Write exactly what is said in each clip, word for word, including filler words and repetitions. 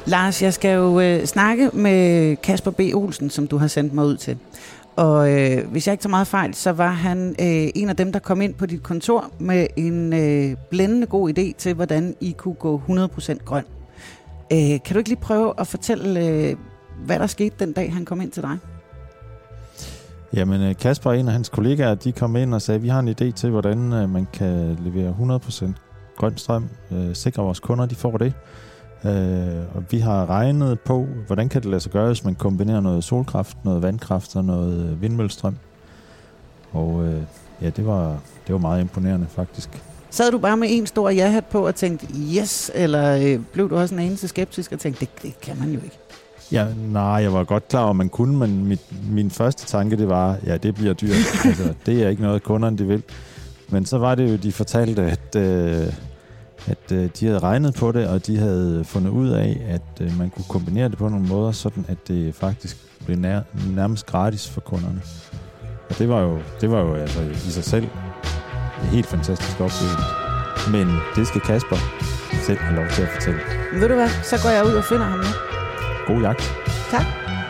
Lars, jeg skal jo øh, snakke med Kasper B. Olsen, som du har sendt mig ud til. Og øh, hvis jeg ikke tager meget fejl, så var han øh, en af dem, der kom ind på dit kontor med en øh, blændende god idé til, hvordan I kunne gå hundrede procent grøn. Øh, kan du ikke lige prøve at fortælle, øh, hvad der skete den dag, han kom ind til dig? Jamen, Kasper og en af hans kollegaer, de kom ind og sagde, at vi har en idé til, hvordan man kan levere hundrede procent grøn strøm, øh, sikre vores kunder, de får det. Øh, og vi har regnet på, hvordan kan det lade sig gøre, hvis man kombinerer noget solkraft, noget vandkraft og noget vindmøllestrøm. Og øh, ja, det var, det var meget imponerende faktisk. Sad du bare med en stor ja-hat på og tænkte yes, eller øh, blev du også en anelse skeptisk og tænkte, det, det kan man jo ikke? Ja, nej, jeg var godt klar over, at man kunne, men mit, min første tanke, det var, ja, det bliver dyrt. Altså, det er ikke noget, kunderne de vil. Men så var det jo, de fortalte, at, øh, at øh, de havde regnet på det, og de havde fundet ud af, at øh, man kunne kombinere det på nogle måder, sådan at det faktisk blev nær, nærmest gratis for kunderne. Og det var jo, det var jo altså i sig selv en helt fantastisk oplevelse. Men det skal Kasper selv have lov til at fortælle. Ved du hvad, så går jeg ud og finder ham nu. God jagt. Tak.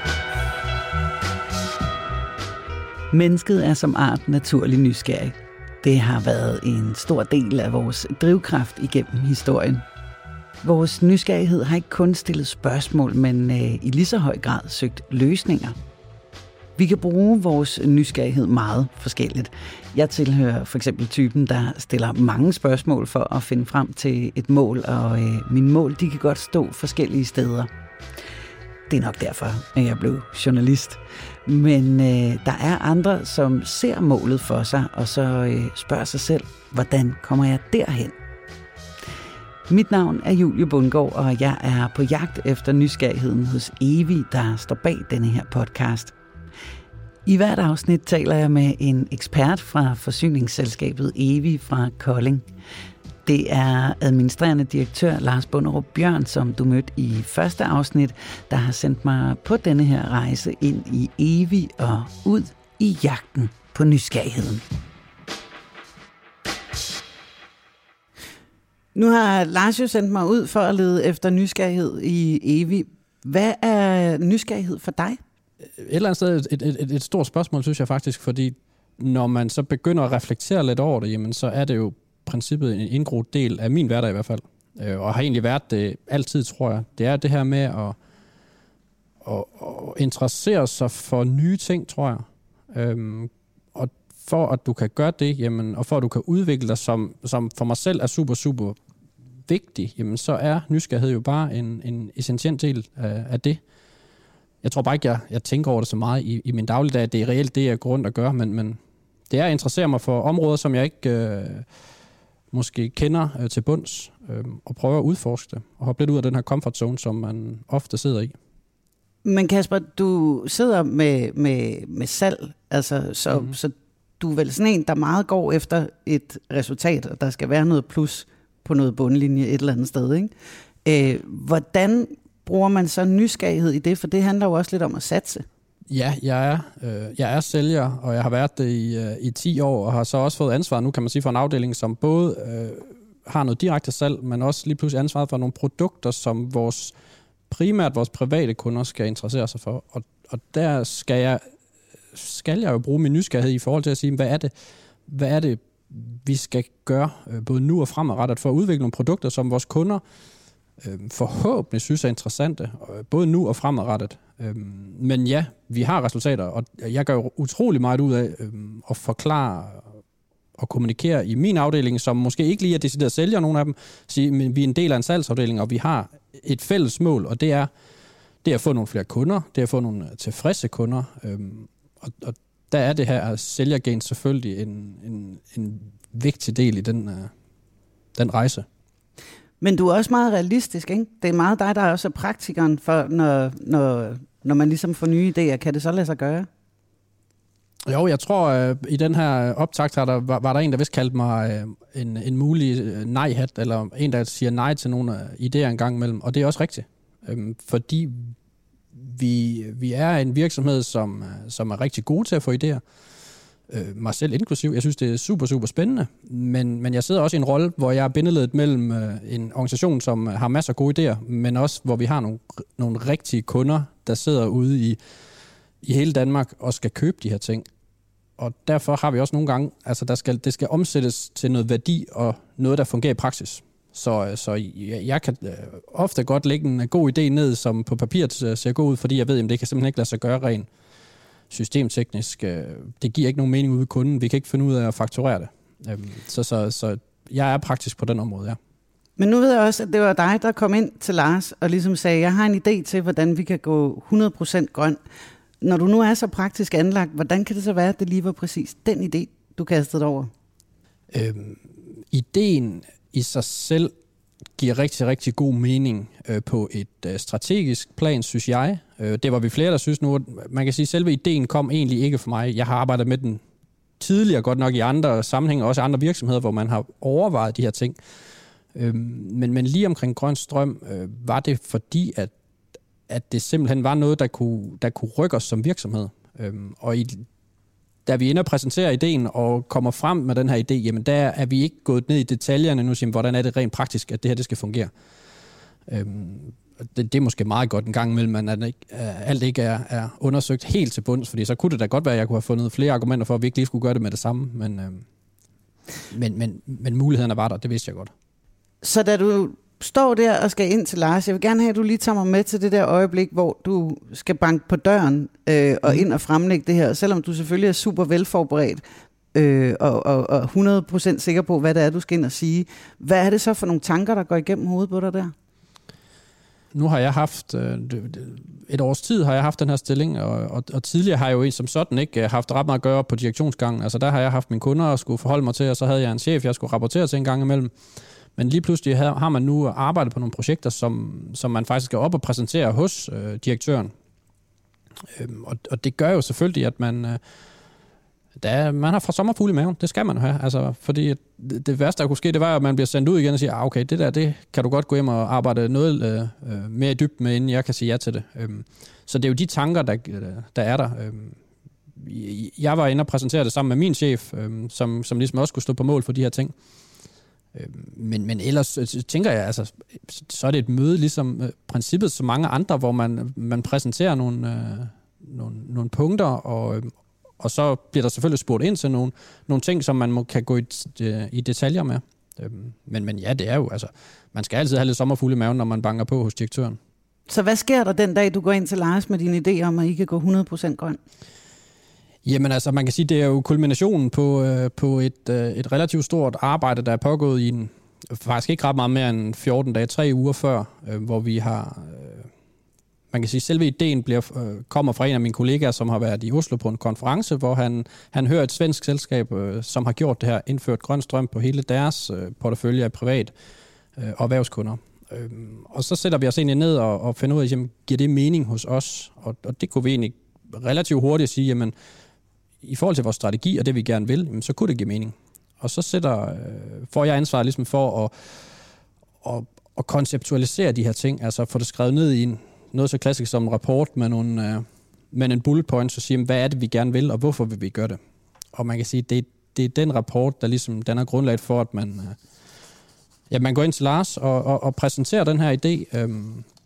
Mennesket er som art naturlig nysgerrig. Det har været en stor del af vores drivkraft igennem historien. Vores nysgerrighed har ikke kun stillet spørgsmål, men øh, i lige så høj grad søgt løsninger. Vi kan bruge vores nysgerrighed meget forskelligt. Jeg tilhører for eksempel typen, der stiller mange spørgsmål for at finde frem til et mål, og øh, mine mål de kan godt stå forskellige steder. Det er nok derfor, at jeg blev journalist. Men øh, der er andre, som ser målet for sig, og så øh, spørger sig selv, hvordan kommer jeg derhen? Mit navn er Julie Bundgaard, og jeg er på jagt efter nysgerrigheden hos Evi, der står bag denne her podcast. I hvert afsnit taler jeg med en ekspert fra forsyningsselskabet Evi fra Kolding. Det er administrerende direktør Lars Bunderup Bjørn, som du mødte i første afsnit, der har sendt mig på denne her rejse ind i Evi og ud i jagten på nysgerrigheden. Nu har Lars jo sendt mig ud for at lede efter nysgerrighed i Evi. Hvad er nysgerrighed for dig? Et eller andet sted et, et, et, et stort spørgsmål, synes jeg faktisk, fordi når man så begynder at reflektere lidt over det, jamen, så er det jo princippet en indgroet del af min hverdag i hvert fald, og har egentlig været det altid, tror jeg. Det er det her med at, at, at interessere sig for nye ting, tror jeg. Øhm, og for at du kan gøre det, jamen, og for at du kan udvikle dig, som, som for mig selv er super, super vigtig, jamen, så er nysgerrighed jo bare en, en essentiel del af, af det. Jeg tror bare ikke, jeg, jeg tænker over det så meget i, i min dagligdag. Det er reelt det, jeg går rundt og gør, men, men det er at interessere mig for områder, som jeg ikke øh, måske kender øh, til bunds, øh, og prøver at udforske det, og hoppe lidt ud af den her comfort zone, som man ofte sidder i. Men Kasper, du sidder med, med, med salg, altså, så, mm-hmm. så du er vel sådan en, der meget går efter et resultat, og der skal være noget plus på noget bundlinje et eller andet sted, ikke? Øh, hvordan bruger man så nysgerrighed i det? For det handler jo også lidt om at satse. Ja, jeg er, øh, jeg er sælger, og jeg har været det i, øh, i ti år, og har så også fået ansvar nu, kan man sige, for en afdeling, som både øh, har noget direkte salg, men også lige pludselig ansvaret for nogle produkter, som vores primært vores private kunder skal interessere sig for. Og, og der skal jeg, skal jeg jo bruge min nysgerrighed i forhold til at sige, hvad er det, hvad er det vi skal gøre, øh, både nu og fremadrettet, for at udvikle nogle produkter, som vores kunder øh, forhåbentlig synes er interessante, øh, både nu og fremadrettet. Øh, men ja, vi har resultater, og jeg gør jo utrolig meget ud af øh, at forklare og kommunikere i min afdeling, som måske ikke lige er decideret sælger, nogle af dem, sige, men vi er en del af en salgsafdeling, og vi har et fælles mål, og det er, det er at få nogle flere kunder, det er at få nogle tilfredse kunder, øh, og, og der er det her sælgergen selvfølgelig en, en, en vigtig del i den, uh, den rejse. Men du er også meget realistisk, ikke? Det er meget dig, der er også praktikeren for, når, når, når man ligesom får nye idéer. Kan det så lade sig gøre? Jo, jeg tror, uh, i den her optakt her, der var, var der en, der vist kaldte mig uh, en, en mulig uh, nej-hat, eller en, der siger nej til nogle uh, idéer en gang imellem, og det er også rigtigt. Um, fordi Vi, vi er en virksomhed, som, som er rigtig gode til at få idéer. øh, mig selv inklusiv. Jeg synes, det er super, super spændende, men, men jeg sidder også i en rolle, hvor jeg er bindeledet mellem øh, en organisation, som har masser af gode idéer, men også hvor vi har nogle, nogle rigtige kunder, der sidder ude i, i hele Danmark og skal købe de her ting. Og derfor har vi også nogle gange, altså der skal, det skal omsættes til noget værdi og noget, der fungerer i praksis. Så, så jeg, jeg kan ofte godt lægge en god idé ned, som på papiret ser god ud, fordi jeg ved, at det kan simpelthen ikke lade sig gøre rent systemteknisk. Det giver ikke nogen mening ude ved kunden. Vi kan ikke finde ud af at fakturere det. Så, så, så jeg er praktisk på den område, ja. Men nu ved jeg også, at det var dig, der kom ind til Lars og ligesom sagde, jeg har en idé til, hvordan vi kan gå hundrede procent grøn. Når du nu er så praktisk anlagt, hvordan kan det så være, at det lige var præcis den idé, du kastede over? Øhm, ideen i sig selv giver rigtig, rigtig god mening øh, på et øh, strategisk plan, synes jeg. Øh, det var vi flere, der synes nu. Man kan sige, at selve ideen kom egentlig ikke for mig. Jeg har arbejdet med den tidligere, godt nok i andre sammenhænge, også andre virksomheder, hvor man har overvejet de her ting. Øh, men, men lige omkring grøn strøm øh, var det fordi, at, at det simpelthen var noget, der kunne, der kunne rykke os som virksomhed. Øh, og i da vi ender og præsenterer ideen og kommer frem med den her idé, jamen der er vi ikke gået ned i detaljerne nu, siger, hvordan er det rent praktisk, at det her det skal fungere. Øhm, det, det er måske meget godt en gang imellem, men at ikke, alt ikke er, er undersøgt helt til bunds, fordi så kunne det da godt være, at jeg kunne have fundet flere argumenter for, at vi ikke lige skulle gøre det med det samme, men, øhm, men, men, men mulighederne var der, det vidste jeg godt. Så da du står der og skal ind til Lars, jeg vil gerne have, at du lige tager mig med til det der øjeblik, hvor du skal banke på døren øh, og ind og fremlægge det her, selvom du selvfølgelig er super velforberedt øh, og, og, og hundrede procent sikker på, hvad det er, du skal ind og sige. Hvad er det så for nogle tanker, der går igennem hovedet på dig der? Nu har jeg haft, øh, et års tid har jeg haft den her stilling, og, og, og tidligere har jeg jo som sådan ikke haft ret meget at gøre på direktionsgangen. Altså der har jeg haft mine kunder og skulle forholde mig til, og så havde jeg en chef, jeg skulle rapportere til en gang imellem. Men lige pludselig har man nu arbejdet på nogle projekter, som, som man faktisk skal op og præsentere hos øh, direktøren. Øhm, og, og det gør jo selvfølgelig, at man, øh, der, man har fra sommerfugle i maven. Det skal man have. Altså, fordi det, det værste, der kunne ske, det var, at man bliver sendt ud igen og siger, ah, okay, det der, det kan du godt gå hjem og arbejde noget øh, mere i dybden med, inden jeg kan sige ja til det. Øhm, så det er jo de tanker, der, der er der. Øhm, jeg var inde og præsentere det sammen med min chef, øh, som, som ligesom også skulle stå på mål for de her ting. Men, men ellers tænker jeg, altså, så er det et møde, ligesom øh, princippet så mange andre, hvor man, man præsenterer nogle, øh, nogle, nogle punkter, og, øh, og så bliver der selvfølgelig spurgt ind til nogle, nogle ting, som man må, kan gå i, i detaljer med. Øh, men, men ja, det er jo, altså, man skal altid have lidt sommerfugle i maven, når man banker på hos direktøren. Så hvad sker der den dag, du går ind til Lars med din idé om, at I kan gå hundrede procent grøn? Jamen altså, man kan sige, det er jo kulminationen på, øh, på et, øh, et relativt stort arbejde, der er pågået i en, faktisk ikke ret meget mere end fjorten dage, tre uger før, øh, hvor vi har, øh, man kan sige, selve ideen bliver, øh, kommer fra en af mine kollegaer, som har været i Oslo på en konference, hvor han, han hører et svensk selskab, øh, som har gjort det her, indført grøn strøm på hele deres øh, portefølje af privat øh, og erhvervskunder. Øh, og så sætter vi os egentlig ned og, og finder ud af, jamen, giver det mening hos os? Og, og det kunne vi egentlig relativt hurtigt sige, jamen, i forhold til vores strategi og det, vi gerne vil, så kunne det give mening. Og så sætter, øh, får jeg ansvar ligesom for at, at, at konceptualisere de her ting, altså få det skrevet ned i en, noget så klassisk som en rapport med, nogle, øh, med en bullet point, så siger, hvad er det, vi gerne vil, og hvorfor vil vi gøre det? Og man kan sige, det, det er den rapport, der ligesom danner grundlaget for, at man, øh, ja, man går ind til Lars og, og, og præsenterer den her idé, øh,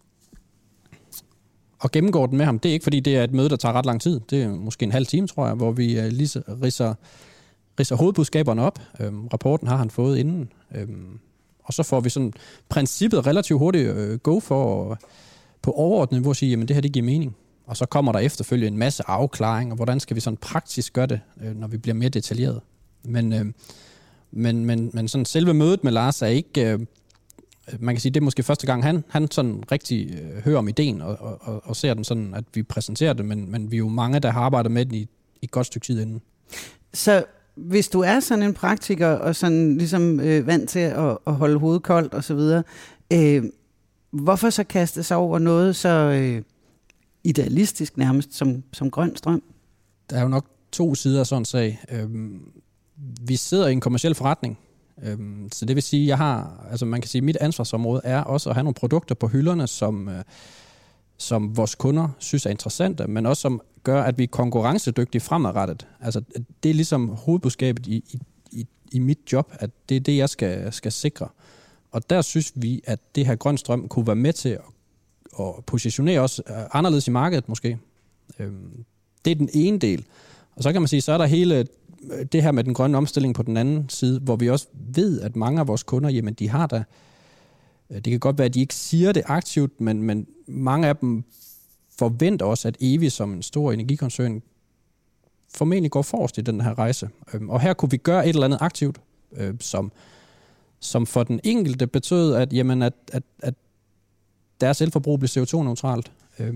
og gennemgår den med ham. Det er ikke, fordi det er et møde, der tager ret lang tid. Det er måske en halv time, tror jeg, hvor vi lige ridser, ridser hovedbudskaberne op. Øhm, rapporten har han fået inden. Øhm, og så får vi sådan princippet relativt hurtigt øh, go for på overordnet niveau at sige, jamen det her, det giver mening. Og så kommer der efterfølgende en masse afklaring, og hvordan skal vi sådan praktisk gøre det, øh, når vi bliver mere detaljeret. Men, øh, men, men, men sådan selve mødet med Lars er ikke... Øh, man kan sige, det er måske første gang, han, han sådan rigtig øh, hører om ideen og, og, og ser den sådan, at vi præsenterer det, men, men vi er jo mange, der har arbejdet med den i, i et godt stykke tid inden. Så hvis du er sådan en praktiker og sådan ligesom øh, vant til at, at holde hovedet koldt og så videre, øh, hvorfor så kaste sig over noget så øh, idealistisk nærmest som, som grøn strøm? Der er jo nok to sider af sådan en sag. Øhm, vi sidder i en kommerciel forretning, øhm, så det vil sige, jeg har, altså man kan sige, mit ansvarsområde er også at have nogle produkter på hylderne, som, øh, som vores kunder synes er interessante, men også som gør, at vi er konkurrencedygtige fremadrettet. Altså, det er ligesom hovedbudskabet i, i, i, i mit job, at det er det, jeg skal, skal sikre. Og der synes vi, at det her grøn strøm kunne være med til at, at positionere os anderledes i markedet måske. Det er den ene del. Og så kan man sige, så er der hele det her med den grønne omstilling på den anden side, hvor vi også ved, at mange af vores kunder, jamen de har der, det kan godt være, at de ikke siger det aktivt, men, men mange af dem forventer også, at E V I som en stor energikoncern formentlig går forrest i den her rejse. Og her kunne vi gøre et eller andet aktivt, som, som for den enkelte betød, at, jamen, at, at, at deres elforbrug blev C O to neutralt.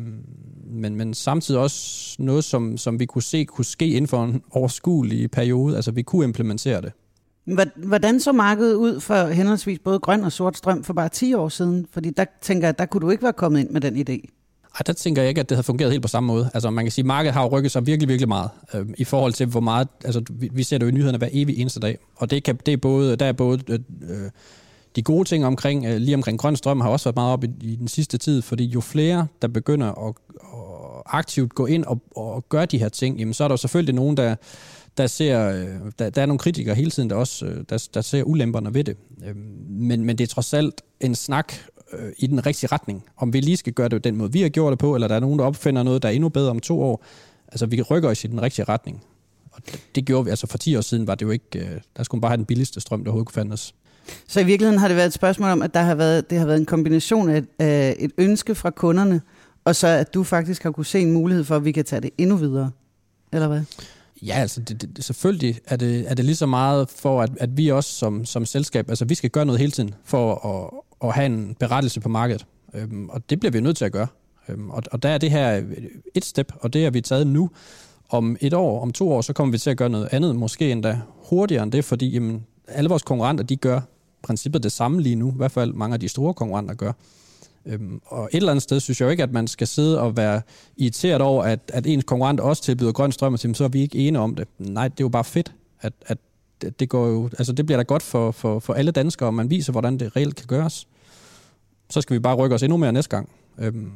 Men, men samtidig også noget, som, som vi kunne se kunne ske inden for en overskuelig periode. Altså, vi kunne implementere det. Hvordan så markedet ud for henholdsvis både grøn og sort strøm for bare ti år siden? Fordi der tænker jeg, der kunne du ikke være kommet ind med den idé. Ej, der tænker jeg ikke, at det havde fungeret helt på samme måde. Altså, man kan sige, at markedet har jo rykket sig virkelig, virkelig meget øh, i forhold til, hvor meget... Altså, vi, vi ser det jo i nyhederne hver evig eneste dag. Og det, kan, det er både... Der er både... Øh, De gode ting omkring, lige omkring grøn strøm har også været meget op i, i den sidste tid, fordi jo flere, der begynder at, at aktivt gå ind og, og gøre de her ting, jamen så er der jo selvfølgelig nogen, der, der ser, der, der er nogle kritikere hele tiden, der også der, der ser ulemperne ved det. Men, men det er trods alt en snak øh, i den rigtige retning. Om vi lige skal gøre det den måde, vi har gjort det på, eller der er nogen, der opfinder noget, der er endnu bedre om to år. Altså vi rykker os i den rigtige retning. Og det, det gjorde vi, altså for ti år siden var det jo ikke, der skulle man bare have den billigste strøm, der overhovedet kunne fandtes. Så i virkeligheden har det været et spørgsmål om, at der har været, det har været en kombination af, af et ønske fra kunderne, og så at du faktisk har kunne se en mulighed for, at vi kan tage det endnu videre, eller hvad? Ja, altså det, det, selvfølgelig er det, er det lige så meget for, at, at vi også som, som selskab, altså vi skal gøre noget hele tiden for at, at have en berettelse på markedet, øhm, og det bliver vi nødt til at gøre. Øhm, og, og der er det her et step, og det har vi taget nu. Om et år, om to år, så kommer vi til at gøre noget andet, måske endda hurtigere end det, fordi jamen, alle vores konkurrenter, de gør princippet det samme lige nu, i hvert fald mange af de store konkurrenter gør. Øhm, og et eller andet sted synes jeg jo ikke, at man skal sidde og være irriteret over, at, at ens konkurrent også tilbyder grøn strøm, og så er vi ikke enige om det. Nej, det er jo bare fedt, at, at det går jo, altså det bliver da godt for, for, for alle danskere, og man viser, hvordan det reelt kan gøres. Så skal vi bare rykke os endnu mere næste gang. Øhm,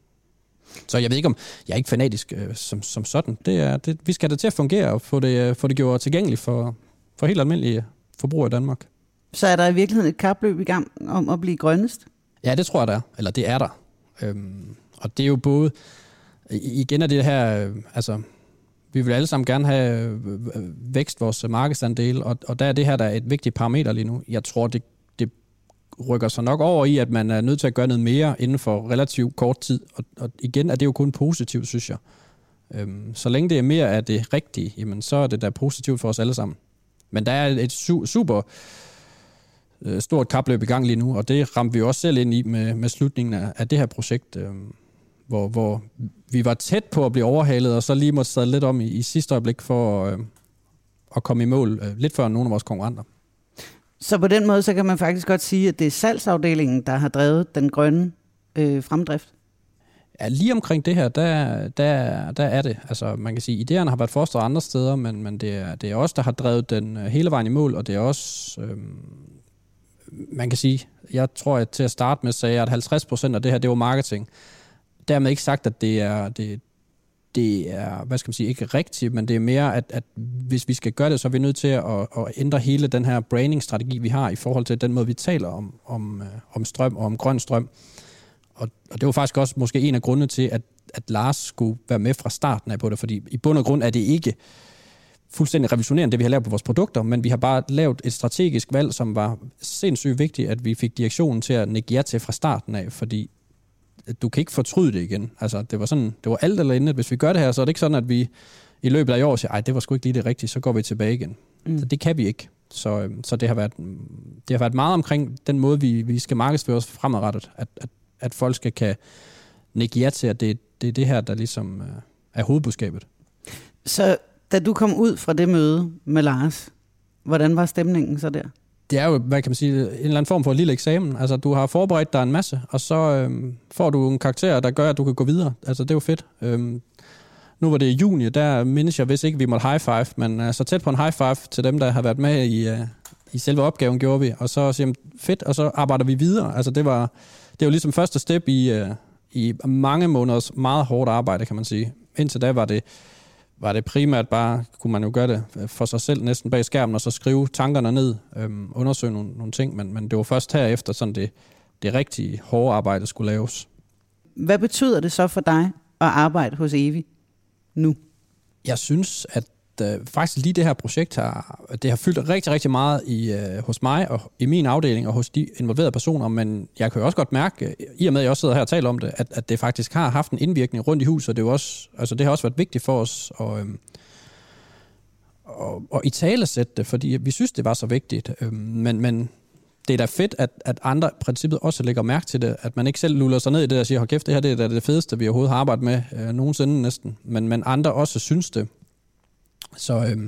så jeg ved ikke om, jeg er ikke fanatisk øh, som, som sådan. Det er, det, vi skal have det til at fungere, og få det, få det gjort tilgængeligt for, for helt almindelige forbrugere i Danmark. Så er der i virkeligheden et kapløb i gang om at blive grønnest? Ja, det tror jeg, der er. Eller det er der. Øhm, og det er jo både... Igen er det her... Øh, altså, vi vil alle sammen gerne have øh, vækst vores markedsandel, og, og der er det her, der er et vigtigt parameter lige nu. Jeg tror, det, det rykker sig nok over i, at man er nødt til at gøre noget mere inden for relativt kort tid. Og, og igen er det jo kun positivt, synes jeg. Øhm, så længe det er mere af det rigtige, jamen, så er det da positivt for os alle sammen. Men der er et su- super øh, stort kapløb i gang lige nu, og det ramte vi også selv ind i med, med slutningen af, af det her projekt, øh, hvor, hvor vi var tæt på at blive overhalet, og så lige måtte sadle lidt om i, i sidste øjeblik for øh, at komme i mål øh, lidt før nogle af vores konkurrenter. Så på den måde, så kan man faktisk godt sige, at det er salgsafdelingen, der har drevet den grønne øh, fremdrift? Ja, lige omkring det her, der, der, der er det. Altså, man kan sige, idéerne har været fostret andre steder, men, men det, er, det er os, der har drevet den hele vejen i mål, og det er også, øhm, man kan sige, jeg tror, at til at starte med sagde jeg, at halvtreds procent af det her, det var marketing. Dermed ikke sagt, at det er, det, det er, hvad skal man sige, ikke rigtigt, men det er mere, at, at hvis vi skal gøre det, så er vi nødt til at, at ændre hele den her branding-strategi, vi har i forhold til den måde, vi taler om, om, om strøm og om grøn strøm. Og, og det var faktisk også måske en af grundene til, at, at Lars skulle være med fra starten af på det, fordi i bund og grund er det ikke fuldstændig revolutionerende, det vi har lavet på vores produkter, men vi har bare lavet et strategisk valg, som var sindssygt vigtigt, at vi fik direktionen til at nikke ja til fra starten af, fordi du kan ikke fortryde det igen. Altså, det var sådan, det var alt eller intet. Hvis vi gør det her, så er det ikke sådan, at vi i løbet af i år siger, ej, det var sgu ikke lige det rigtige, så går vi tilbage igen. Mm. Så det kan vi ikke. Så, så det har været, det har været meget omkring den måde, vi, vi skal markedsføre os fremadrettet, at, at at folk skal kan nikke ja til, at det, det er det her, der ligesom øh, er hovedbudskabet. Så da du kom ud fra det møde med Lars, hvordan var stemningen så der? Det er jo, hvad kan man sige, en eller anden form for en lille eksamen. Altså, du har forberedt dig en masse, og så øh, får du en karakter, der gør, at du kan gå videre. Altså, det er jo fedt. Øhm, nu var det i juni, der mindes jeg, hvis ikke vi måtte high five, men øh, så tæt på en high five til dem, der har været med i, øh, i selve opgaven, gjorde vi. Og så siger fedt, og så arbejder vi videre. Altså, det var... Det er jo ligesom første step i, uh, i mange måneders meget hårdt arbejde, kan man sige. Indtil da var det, var det primært bare, kunne man jo gøre det for sig selv næsten bag skærmen, og så skrive tankerne ned, øhm, undersøge nogle, nogle ting, men, men det var først herefter, sådan det, det rigtige hårde arbejde skulle laves. Hvad betyder det så for dig at arbejde hos Evi nu? Jeg synes, at øh, faktisk lige det her projekt har, det har fyldt rigtig, rigtig meget i, øh, hos mig og i min afdeling og hos de involverede personer, men jeg kan jo også godt mærke, i og med at jeg også sidder her og taler om det, at, at det faktisk har haft en indvirkning rundt i huset, og det, er jo også, altså det har også været vigtigt for os at, øh, at, at italesætte det, fordi vi synes, det var så vigtigt, øh, men, men det er da fedt, at, at andre i princippet også lægger mærke til det, at man ikke selv luller sig ned i det og siger, hold kæft, det her det er det fedeste, vi overhovedet har arbejdet med øh, nogensinde næsten, men, men andre også synes det. Så, øhm,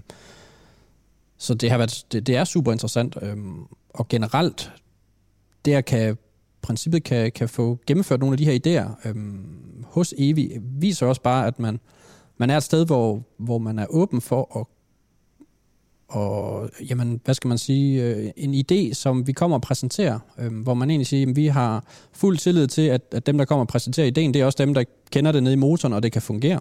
så det har været, det, det er super interessant, øhm, og generelt, det at kan, princippet kan, kan få gennemført nogle af de her idéer øhm, hos Evi, viser også bare, at man, man er et sted, hvor, hvor man er åben for at og jamen, hvad skal man sige, en idé, som vi kommer og præsenterer, øh, hvor man egentlig siger, at vi har fuld tillid til, at, at dem, der kommer og præsenterer idéen, det er også dem, der kender det nede i motoren, og det kan fungere.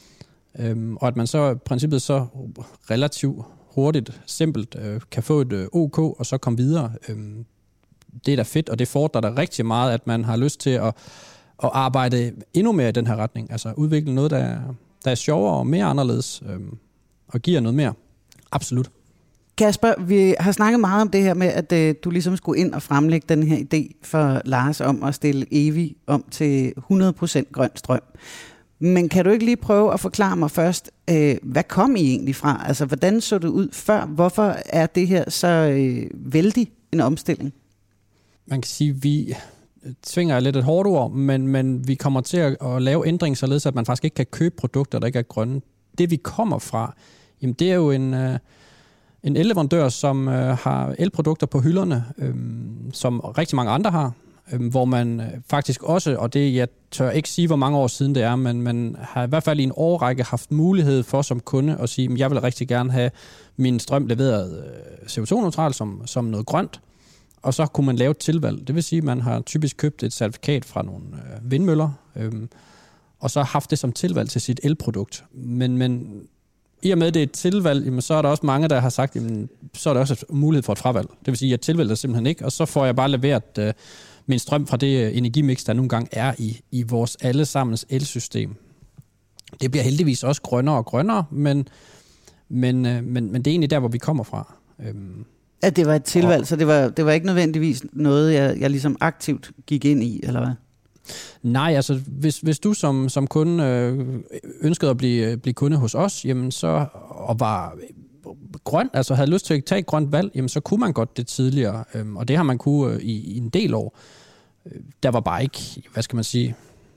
Øh, og at man så i princippet så relativt hurtigt, simpelt øh, kan få et øh, OK, og så komme videre. Øh, det er da fedt, og det fordrer der rigtig meget, at man har lyst til at, at arbejde endnu mere i den her retning. Altså udvikle noget, der er, der er sjovere og mere anderledes, øh, og giver noget mere. Absolut. Kasper, vi har snakket meget om det her med, at øh, du ligesom skulle ind og fremlægge den her idé for Lars om at stille Evi om til hundrede procent grøn strøm. Men kan du ikke lige prøve at forklare mig først, øh, hvad kom I egentlig fra? Altså, hvordan så det ud før? Hvorfor er det her så øh, vældig en omstilling? Man kan sige, at vi tvinger lidt et hårdt ord, men, men vi kommer til at, at lave ændring, således at man faktisk ikke kan købe produkter, der ikke er grønne. Det vi kommer fra, jamen det er jo en, øh, en elleverandør, som øh, har elprodukter på hylderne, øh, som rigtig mange andre har, øh, hvor man øh, faktisk også, og det jeg tør ikke sige, hvor mange år siden det er, men man har i hvert fald i en årrække haft mulighed for som kunde at sige, at jeg vil rigtig gerne have min strøm leveret øh, C O to neutral som, som noget grønt, og så kunne man lave et tilvalg. Det vil sige, at man har typisk købt et certifikat fra nogle øh, vindmøller, øh, og så haft det som tilvalg til sit elprodukt. Men, men i og med, det er et tilvalg, jamen, så er der også mange, der har sagt, jamen, så er der også et mulighed for et fravalg. Det vil sige, at jeg tilvælger simpelthen ikke, og så får jeg bare leveret øh, min strøm fra det energimix, der nogle gange er i, i vores allesammens elsystem. Det bliver heldigvis også grønnere og grønnere, men, men, øh, men, men det er egentlig der, hvor vi kommer fra. Øhm, At det var et tilvalg, og så det var, det var ikke nødvendigvis noget, jeg, jeg ligesom aktivt gik ind i, eller hvad? Nej, altså hvis, hvis du som, som kunde øh, ønskede at blive, blive kunde hos os, jamen så, og var grøn, altså havde lyst til at tage et grønt valg, jamen så kunne man godt det tidligere, øhm, og det har man kunne øh, i, i en del år. Der var bare ikke, hvad skal man sige,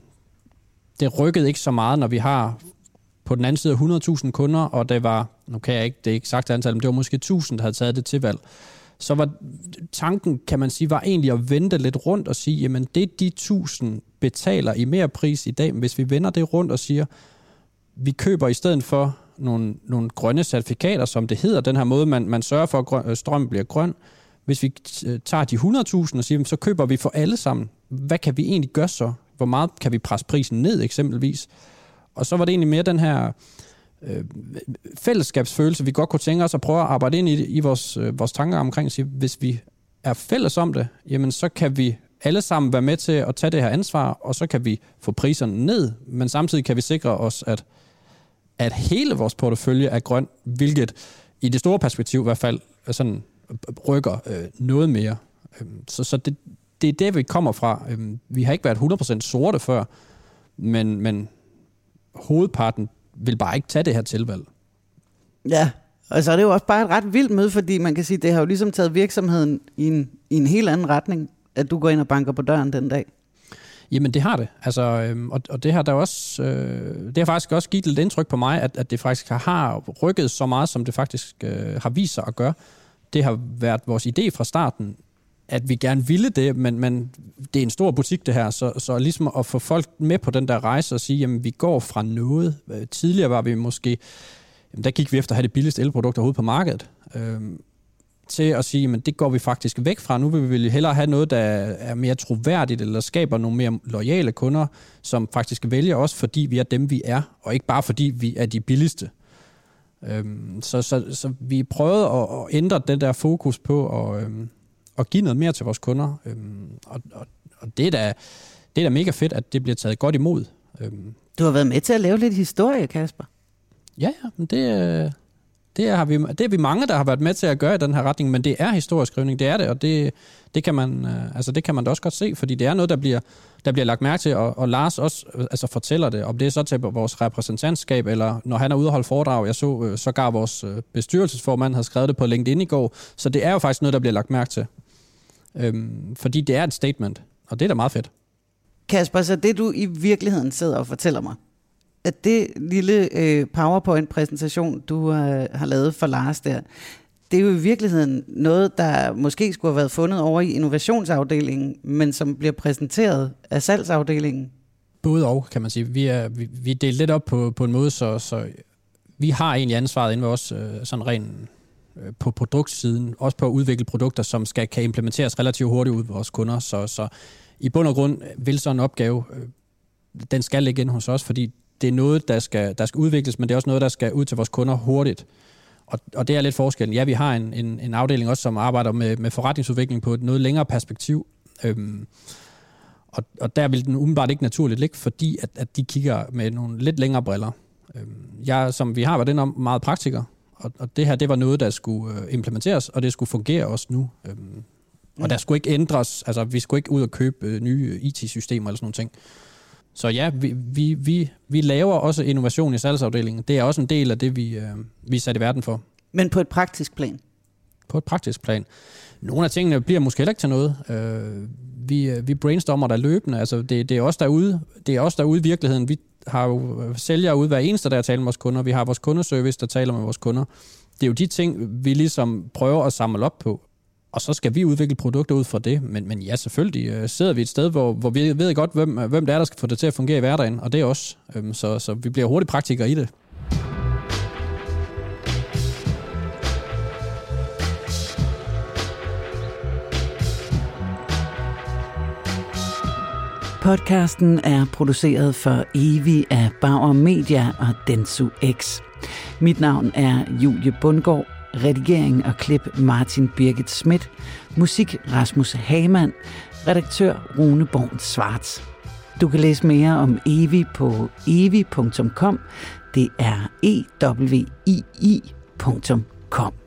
det rykkede ikke så meget, når vi har på den anden side hundrede tusind kunder, og det var, nu kan jeg ikke, det er ikke sagt antal, men det var måske tusind, der havde taget det til valg. Så var tanken, kan man sige, var egentlig at vente lidt rundt og sige, jamen det de tusind betaler i mere pris i dag, men hvis vi vender det rundt og siger, vi køber i stedet for nogle, nogle grønne certifikater, som det hedder, den her måde, man, man sørger for, at grøn, strøm bliver grøn. Hvis vi tager de hundrede tusind og siger, så køber vi for alle sammen. Hvad kan vi egentlig gøre så? Hvor meget kan vi presse prisen ned eksempelvis? Og så var det egentlig mere den her øh, fællesskabsfølelse, vi godt kunne tænke os at prøve at arbejde ind i, i vores, øh, vores tanker omkring at sige, hvis vi er fælles om det, jamen så kan vi alle sammen være med til at tage det her ansvar, og så kan vi få priserne ned, men samtidig kan vi sikre os, at, at hele vores portefølje er grøn, hvilket i det store perspektiv i hvert fald sådan rykker øh, noget mere. Så, så det, det er det, vi kommer fra. Vi har ikke været hundrede procent sorte før, men, men hovedparten vil bare ikke tage det her tilvalg. Ja, og så er det jo også bare et ret vildt møde, fordi man kan sige, det har jo ligesom taget virksomheden i en, i en helt anden retning, at du går ind og banker på døren den dag. Jamen det har det, altså, øhm, og, og det har der også, øh, det har faktisk også givet lidt indtryk på mig, at, at det faktisk har rykket så meget, som det faktisk øh, har vist sig at gøre. Det har været vores idé fra starten, at vi gerne ville det, men, men det er en stor butik det her, så, så ligesom at få folk med på den der rejse og sige, jamen vi går fra noget. Tidligere var vi måske, jamen, der gik vi efter at have det billigste elprodukt overhovedet på markedet. Øhm, til at sige, men det går vi faktisk væk fra. Nu vil vi hellere have noget, der er mere troværdigt, eller skaber nogle mere loyale kunder, som faktisk vælger os, fordi vi er dem, vi er, og ikke bare fordi vi er de billigste. Øhm, så, så, så vi prøvede at, at ændre den der fokus på at, øhm, at give noget mere til vores kunder. Øhm, og, og, og det er da, det er da mega fedt, at det bliver taget godt imod. Øhm. Du har været med til at lave lidt historie, Kasper. Ja, ja, men det, det, har vi, det er vi mange, der har været med til at gøre i den her retning, men det er historieskrivning, det er det, og det, det, kan man, altså det kan man da også godt se, fordi det er noget, der bliver, der bliver lagt mærke til, og, og Lars også altså fortæller det, om det er så til vores repræsentantskab, eller når han er ude og holde foredrag. Jeg så sågar vores bestyrelsesformand havde skrevet det på LinkedIn i går, så det er jo faktisk noget, der bliver lagt mærke til. Øhm, fordi det er et statement, og det er da meget fedt. Kasper, så det du i virkeligheden sidder og fortæller mig, at det lille øh, PowerPoint-præsentation, du øh, har lavet for Lars der, det er jo i virkeligheden noget, der måske skulle have været fundet over i innovationsafdelingen, men som bliver præsenteret af salgsafdelingen. Både og, kan man sige. Vi er, vi, vi er delt lidt op på, på en måde, så, så vi har egentlig ansvaret inde ved os, øh, sådan rent øh, på produktsiden, også på at udvikle produkter, som skal kan implementeres relativt hurtigt ud ved vores kunder. Så, så i bund og grund vil sådan en opgave, øh, den skal ligge ind hos os, fordi det er noget, der skal, der skal udvikles, men det er også noget, der skal ud til vores kunder hurtigt. Og, og det er lidt forskellen. Ja, vi har en, en, en afdeling også, som arbejder med, med forretningsudvikling på et noget længere perspektiv. Øhm, og, og der vil den umiddelbart ikke naturligt ligge, fordi at, at de kigger med nogle lidt længere briller. Øhm, jeg, som vi har været inde om, meget praktiker, og, og det her, det var noget, der skulle øh, implementeres, og det skulle fungere også nu. Øhm, og mm. der skulle ikke ændres, altså vi skulle ikke ud og købe øh, nye I T-systemer eller sådan nogle ting. Så ja, vi, vi, vi, vi laver også innovation i salgsafdelingen. Det er også en del af det, vi, øh, vi er sat i verden for. Men på et praktisk plan? På et praktisk plan. Nogle af tingene bliver måske heller ikke til noget. Øh, vi, vi brainstormer der løbende. Altså, det, det er også derude. Det er også derude i virkeligheden. Vi har jo sælgere ude hver eneste, der taler med vores kunder. Vi har vores kundeservice, der taler med vores kunder. Det er jo de ting, vi ligesom prøver at samle op på. Og så skal vi udvikle produkter ud fra det. Men, men ja, selvfølgelig øh, sidder vi et sted, hvor, hvor vi ved godt, hvem, hvem det er, der skal få det til at fungere i hverdagen. Og det er os. Øhm, så, så vi bliver hurtigt praktikere i det. Podcasten er produceret for Evig af Bauer Media og Densu X. Mit navn er Julie Bundgaard. Redigering og klip Martin Birgit Schmidt. Musik Rasmus Hamann. Redaktør Rune Born Schwartz. Du kan læse mere om Evig på evig punktum com. Det er e w i i punktum com.